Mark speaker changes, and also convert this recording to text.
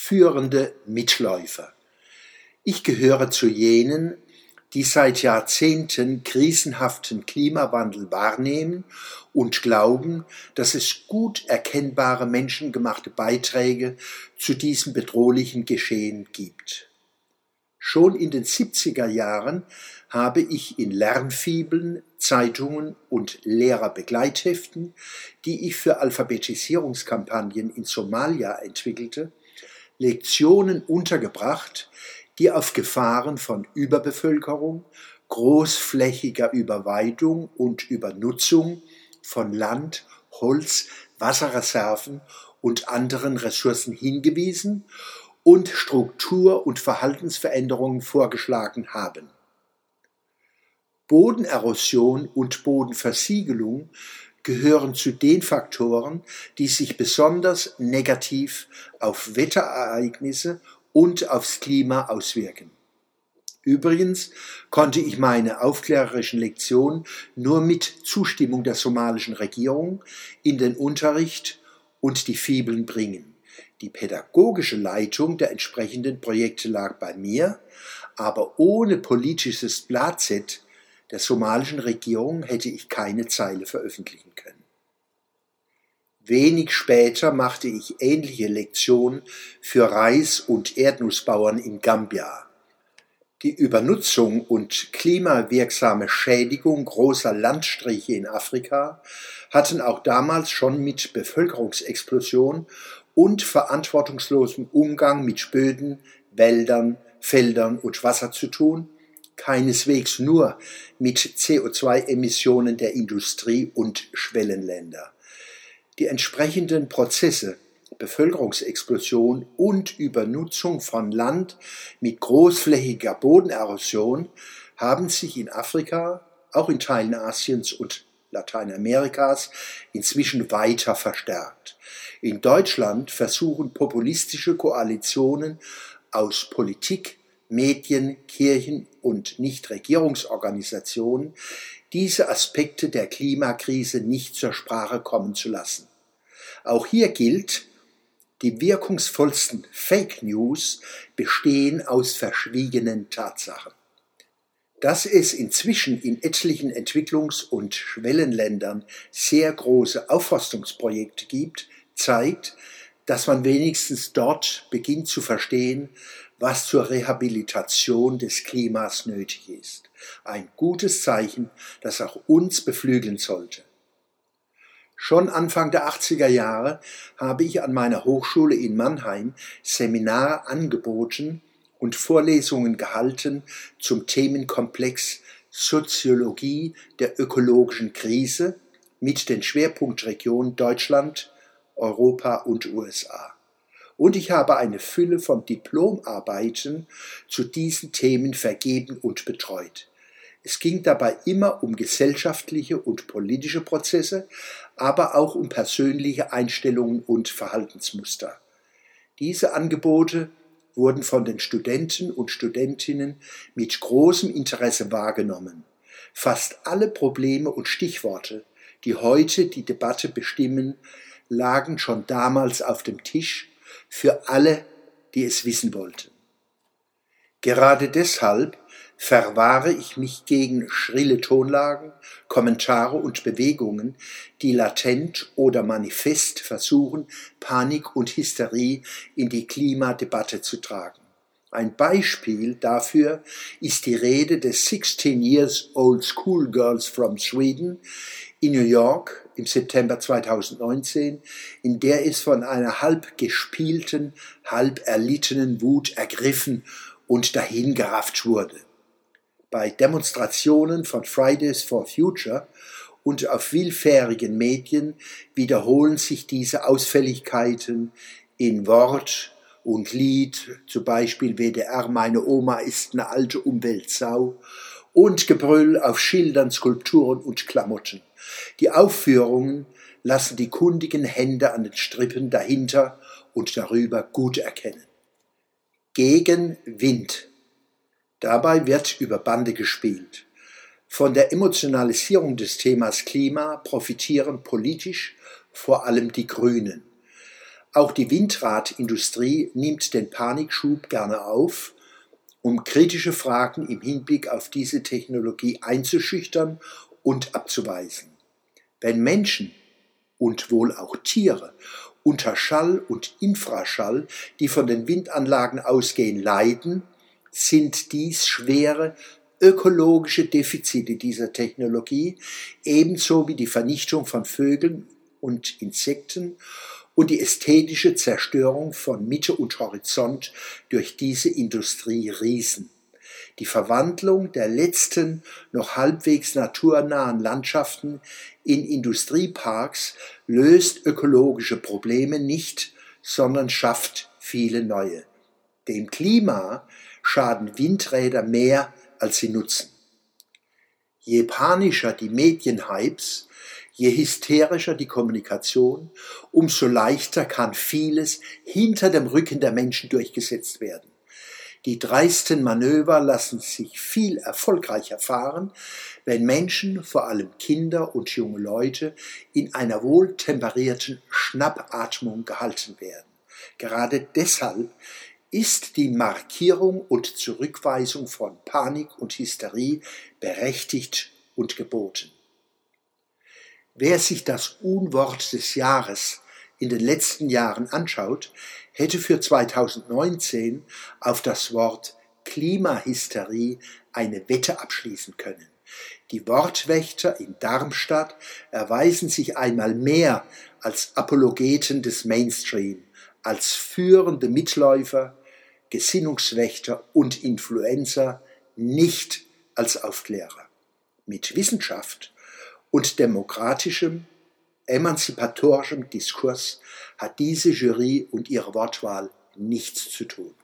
Speaker 1: führende Mitläufer. Ich gehöre zu jenen, die seit Jahrzehnten krisenhaften Klimawandel wahrnehmen und glauben, dass es gut erkennbare menschengemachte Beiträge zu diesem bedrohlichen Geschehen gibt. Schon in den 70er Jahren habe ich in Lernfibeln, Zeitungen und Lehrerbegleitheften, die ich für Alphabetisierungskampagnen in Somalia entwickelte, Lektionen untergebracht, die auf Gefahren von Überbevölkerung, großflächiger Überweidung und Übernutzung von Land, Holz, Wasserreserven und anderen Ressourcen hingewiesen und Struktur- und Verhaltensveränderungen vorgeschlagen haben. Bodenerosion und Bodenversiegelung gehören zu den Faktoren, die sich besonders negativ auf Wetterereignisse und aufs Klima auswirken. Übrigens konnte ich meine aufklärerischen Lektionen nur mit Zustimmung der somalischen Regierung in den Unterricht und die Fibeln bringen. Die pädagogische Leitung der entsprechenden Projekte lag bei mir, aber ohne politisches Blatt der somalischen Regierung hätte ich keine Zeile veröffentlichen können. Wenig später machte ich ähnliche Lektionen für Reis- und Erdnussbauern in Gambia. Die Übernutzung und klimawirksame Schädigung großer Landstriche in Afrika hatten auch damals schon mit Bevölkerungsexplosion und verantwortungslosem Umgang mit Böden, Wäldern, Feldern und Wasser zu tun, keineswegs nur mit CO2-Emissionen der Industrie und Schwellenländer. Die entsprechenden Prozesse, Bevölkerungsexplosion und Übernutzung von Land mit großflächiger Bodenerosion haben sich in Afrika, auch in Teilen Asiens und Lateinamerikas, inzwischen weiter verstärkt. In Deutschland versuchen populistische Koalitionen aus Politik, Medien, Kirchen und Nichtregierungsorganisationen diese Aspekte der Klimakrise nicht zur Sprache kommen zu lassen. Auch hier gilt, die wirkungsvollsten Fake News bestehen aus verschwiegenen Tatsachen. Dass es inzwischen in etlichen Entwicklungs- und Schwellenländern sehr große Aufforstungsprojekte gibt, zeigt, dass man wenigstens dort beginnt zu verstehen, was zur Rehabilitation des Klimas nötig ist. Ein gutes Zeichen, das auch uns beflügeln sollte. Schon Anfang der 80er Jahre habe ich an meiner Hochschule in Mannheim Seminare angeboten und Vorlesungen gehalten zum Themenkomplex Soziologie der ökologischen Krise mit den Schwerpunktregionen Deutschland, Europa und USA. Und ich habe eine Fülle von Diplomarbeiten zu diesen Themen vergeben und betreut. Es ging dabei immer um gesellschaftliche und politische Prozesse, aber auch um persönliche Einstellungen und Verhaltensmuster. Diese Angebote wurden von den Studenten und Studentinnen mit großem Interesse wahrgenommen. Fast alle Probleme und Stichworte, die heute die Debatte bestimmen, lagen schon damals auf dem Tisch für alle, die es wissen wollten. Gerade deshalb verwahre ich mich gegen schrille Tonlagen, Kommentare und Bewegungen, die latent oder manifest versuchen, Panik und Hysterie in die Klimadebatte zu tragen. Ein Beispiel dafür ist die Rede des 16-years-old schoolgirls from Sweden in New York im September 2019, in der es von einer halb gespielten, halb erlittenen Wut ergriffen und dahingerafft wurde. Bei Demonstrationen von Fridays for Future und auf willfährigen Medien wiederholen sich diese Ausfälligkeiten in Wort und Lied, zum Beispiel WDR, meine Oma ist eine alte Umweltsau, und Gebrüll auf Schildern, Skulpturen und Klamotten. Die Aufführungen lassen die kundigen Hände an den Strippen dahinter und darüber gut erkennen. Gegen Wind. Dabei wird über Bande gespielt. Von der Emotionalisierung des Themas Klima profitieren politisch vor allem die Grünen. Auch die Windradindustrie nimmt den Panikschub gerne auf, um kritische Fragen im Hinblick auf diese Technologie einzuschüchtern und abzuweisen. Wenn Menschen und wohl auch Tiere unter Schall und Infraschall, die von den Windanlagen ausgehen, leiden, sind dies schwere ökologische Defizite dieser Technologie, ebenso wie die Vernichtung von Vögeln und Insekten und die ästhetische Zerstörung von Mitte und Horizont durch diese Industrieriesen. Die Verwandlung der letzten noch halbwegs naturnahen Landschaften in Industrieparks löst ökologische Probleme nicht, sondern schafft viele neue. Dem Klima schaden Windräder mehr, als sie nutzen. Je panischer die Medienhypes, je hysterischer die Kommunikation, umso leichter kann vieles hinter dem Rücken der Menschen durchgesetzt werden. Die dreisten Manöver lassen sich viel erfolgreicher fahren, wenn Menschen, vor allem Kinder und junge Leute, in einer wohltemperierten Schnappatmung gehalten werden. Gerade deshalb ist die Markierung und Zurückweisung von Panik und Hysterie berechtigt und geboten. Wer sich das Unwort des Jahres in den letzten Jahren anschaut, hätte für 2019 auf das Wort Klimahysterie eine Wette abschließen können. Die Wortwächter in Darmstadt erweisen sich einmal mehr als Apologeten des Mainstream, als führende Mitläufer, Gesinnungswächter und Influencer, nicht als Aufklärer. Mit Wissenschaft und demokratischem, emanzipatorischem Diskurs hat diese Jury und ihre Wortwahl nichts zu tun.